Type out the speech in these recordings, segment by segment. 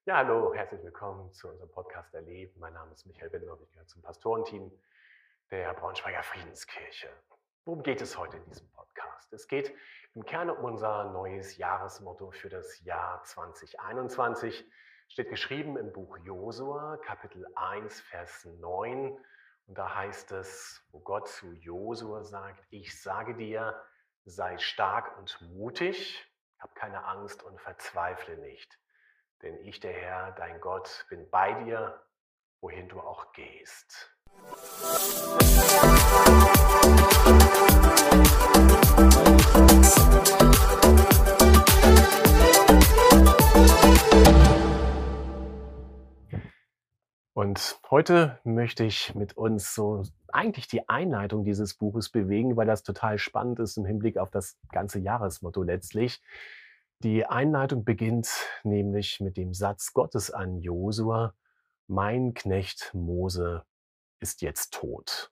Ja, hallo, herzlich willkommen zu unserem Podcast Erleben. Mein Name ist Michael Bindorf, ich gehöre zum Pastorenteam der Braunschweiger Friedenskirche. Worum geht es heute in diesem Podcast? Es geht im Kern um unser neues Jahresmotto für das Jahr 2021. Steht geschrieben im Buch Josua, Kapitel 1, Vers 9. Und da heißt es, wo Gott zu Josua sagt, ich sage dir, sei stark und mutig, hab keine Angst und verzweifle nicht. Denn ich, der Herr, dein Gott, bin bei dir, wohin du auch gehst. Und heute möchte ich mit uns so eigentlich die Einleitung dieses Buches bewegen, weil das total spannend ist im Hinblick auf das ganze Jahresmotto letztlich. Die Einleitung beginnt nämlich mit dem Satz Gottes an Josua: Mein Knecht Mose ist jetzt tot.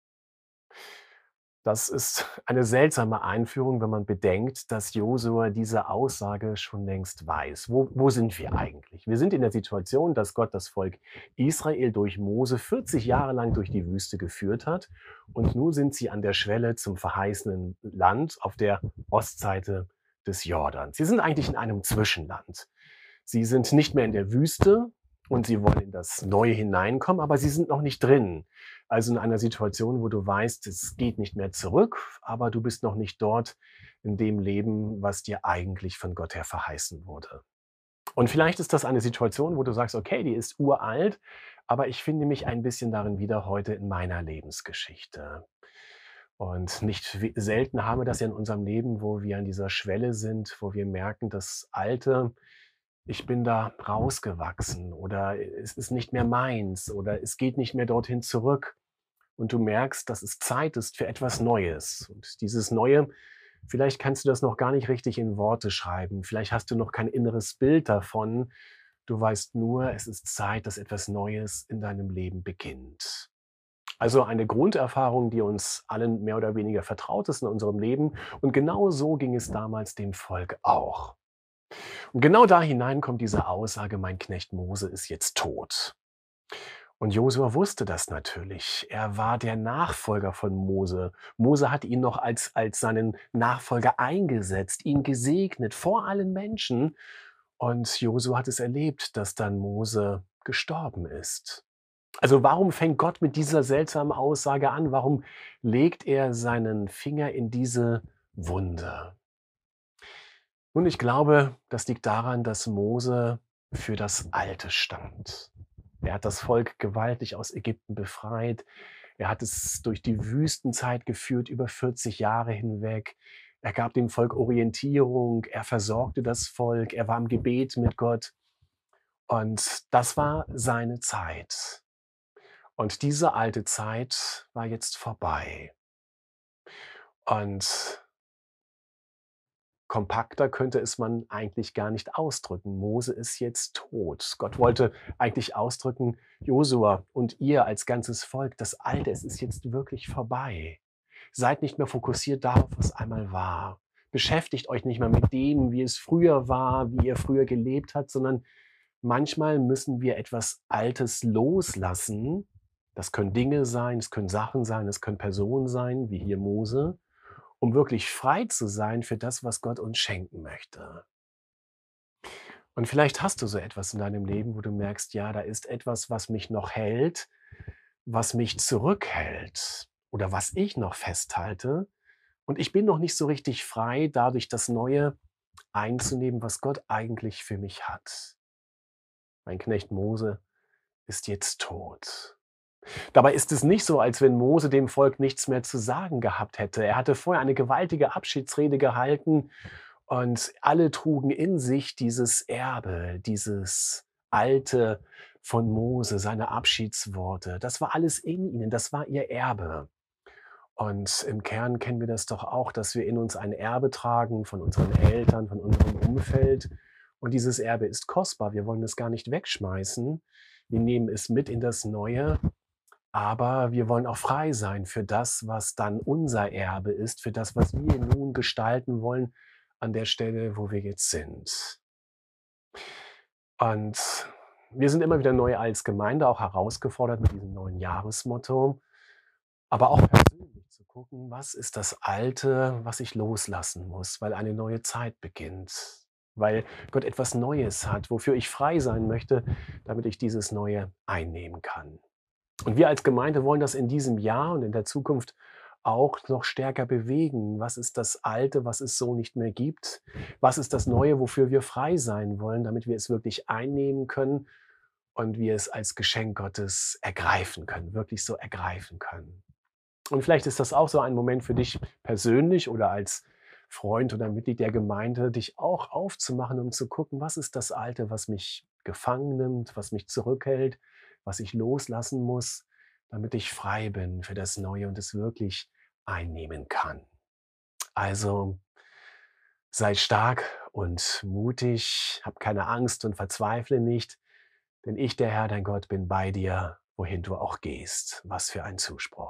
Das ist eine seltsame Einführung, wenn man bedenkt, dass Josua diese Aussage schon längst weiß. Wo sind wir eigentlich? Wir sind in der Situation, dass Gott das Volk Israel durch Mose 40 Jahre lang durch die Wüste geführt hat. Und nun sind sie an der Schwelle zum verheißenen Land auf der Ostseite des Jordans. Sie sind eigentlich in einem Zwischenland. Sie sind nicht mehr in der Wüste und sie wollen in das Neue hineinkommen, aber sie sind noch nicht drin. Also in einer Situation, wo du weißt, es geht nicht mehr zurück, aber du bist noch nicht dort in dem Leben, was dir eigentlich von Gott her verheißen wurde. Und vielleicht ist das eine Situation, wo du sagst, okay, die ist uralt, aber ich finde mich ein bisschen darin wieder heute in meiner Lebensgeschichte. Und nicht selten haben wir das ja in unserem Leben, wo wir an dieser Schwelle sind, wo wir merken, das Alte, ich bin da rausgewachsen oder es ist nicht mehr meins oder es geht nicht mehr dorthin zurück. Und du merkst, dass es Zeit ist für etwas Neues. Und dieses Neue, vielleicht kannst du das noch gar nicht richtig in Worte schreiben. Vielleicht hast du noch kein inneres Bild davon. Du weißt nur, es ist Zeit, dass etwas Neues in deinem Leben beginnt. Also eine Grunderfahrung, die uns allen mehr oder weniger vertraut ist in unserem Leben. Und genau so ging es damals dem Volk auch. Und genau da hinein kommt diese Aussage, mein Knecht Mose ist jetzt tot. Und Josua wusste das natürlich. Er war der Nachfolger von Mose. Mose hat ihn noch als seinen Nachfolger eingesetzt, ihn gesegnet vor allen Menschen. Und Josua hat es erlebt, dass dann Mose gestorben ist. Also warum fängt Gott mit dieser seltsamen Aussage an? Warum legt er seinen Finger in diese Wunde? Nun, ich glaube, das liegt daran, dass Mose für das Alte stand. Er hat das Volk gewaltig aus Ägypten befreit. Er hat es durch die Wüstenzeit geführt, über 40 Jahre hinweg. Er gab dem Volk Orientierung, er versorgte das Volk, er war im Gebet mit Gott. Und das war seine Zeit. Und diese alte Zeit war jetzt vorbei. Und kompakter könnte es man eigentlich gar nicht ausdrücken. Mose ist jetzt tot. Gott wollte eigentlich ausdrücken, Josua und ihr als ganzes Volk, das Alte, es ist jetzt wirklich vorbei. Seid nicht mehr fokussiert darauf, was einmal war. Beschäftigt euch nicht mehr mit dem, wie es früher war, wie ihr früher gelebt habt, sondern manchmal müssen wir etwas Altes loslassen. Das können Dinge sein, es können Sachen sein, es können Personen sein, wie hier Mose, um wirklich frei zu sein für das, was Gott uns schenken möchte. Und vielleicht hast du so etwas in deinem Leben, wo du merkst, ja, da ist etwas, was mich noch hält, was mich zurückhält oder was ich noch festhalte. Und ich bin noch nicht so richtig frei, dadurch das Neue einzunehmen, was Gott eigentlich für mich hat. Mein Knecht Mose ist jetzt tot. Dabei ist es nicht so, als wenn Mose dem Volk nichts mehr zu sagen gehabt hätte. Er hatte vorher eine gewaltige Abschiedsrede gehalten und alle trugen in sich dieses Erbe, dieses Alte von Mose, seine Abschiedsworte. Das war alles in ihnen, das war ihr Erbe. Und im Kern kennen wir das doch auch, dass wir in uns ein Erbe tragen von unseren Eltern, von unserem Umfeld. Und dieses Erbe ist kostbar. Wir wollen es gar nicht wegschmeißen. Wir nehmen es mit in das Neue, aber wir wollen auch frei sein für das, was dann unser Erbe ist, für das, was wir nun gestalten wollen an der Stelle, wo wir jetzt sind. Und wir sind immer wieder neu als Gemeinde auch herausgefordert mit diesem neuen Jahresmotto, aber auch persönlich zu gucken, was ist das Alte, was ich loslassen muss, weil eine neue Zeit beginnt, weil Gott etwas Neues hat, wofür ich frei sein möchte, damit ich dieses Neue einnehmen kann. Und wir als Gemeinde wollen das in diesem Jahr und in der Zukunft auch noch stärker bewegen. Was ist das Alte, was es so nicht mehr gibt? Was ist das Neue, wofür wir frei sein wollen, damit wir es wirklich einnehmen können und wir es als Geschenk Gottes ergreifen können, wirklich so ergreifen können. Und vielleicht ist das auch so ein Moment für dich persönlich oder als Freund oder Mitglied der Gemeinde, dich auch aufzumachen, um zu gucken, was ist das Alte, was mich gefangen nimmt, was mich zurückhält, was ich loslassen muss, damit ich frei bin für das Neue und es wirklich einnehmen kann. Also sei stark und mutig, hab keine Angst und verzweifle nicht, denn ich, der Herr, dein Gott, bin bei dir, wohin du auch gehst. Was für ein Zuspruch.